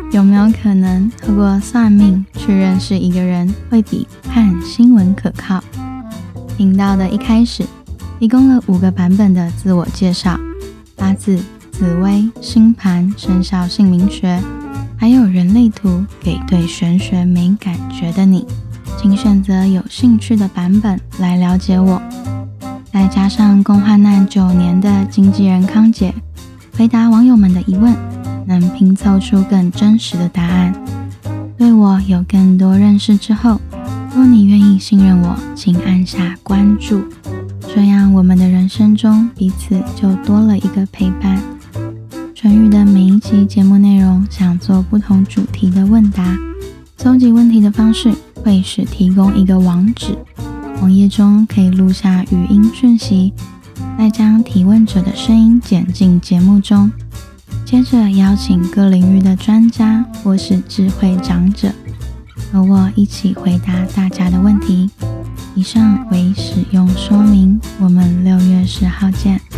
有没有可能透过算命去认识一个人，会比看新闻可靠？频道的一开始提供了5个版本的自我介绍，八字、紫微、星盘、生肖姓名学，还有人类图，给对玄学没感觉的你，请选择有兴趣的版本来了解我。再加上共患难9年的经纪人康姐，回答网友们的疑问，能拼凑出更真实的答案，对我有更多认识之后，若你愿意信任我，请按下关注，这样我们的人生中彼此就多了一个陪伴。纯宇的每一集节目内容想做不同主题的问答，搜集问题的方式会是提供一个网址，网页中可以录下语音讯息，再将提问者的声音剪进节目中，接着邀请各领域的专家或是智慧长者，和我一起回答大家的问题。以上为使用说明，我们6月10号见。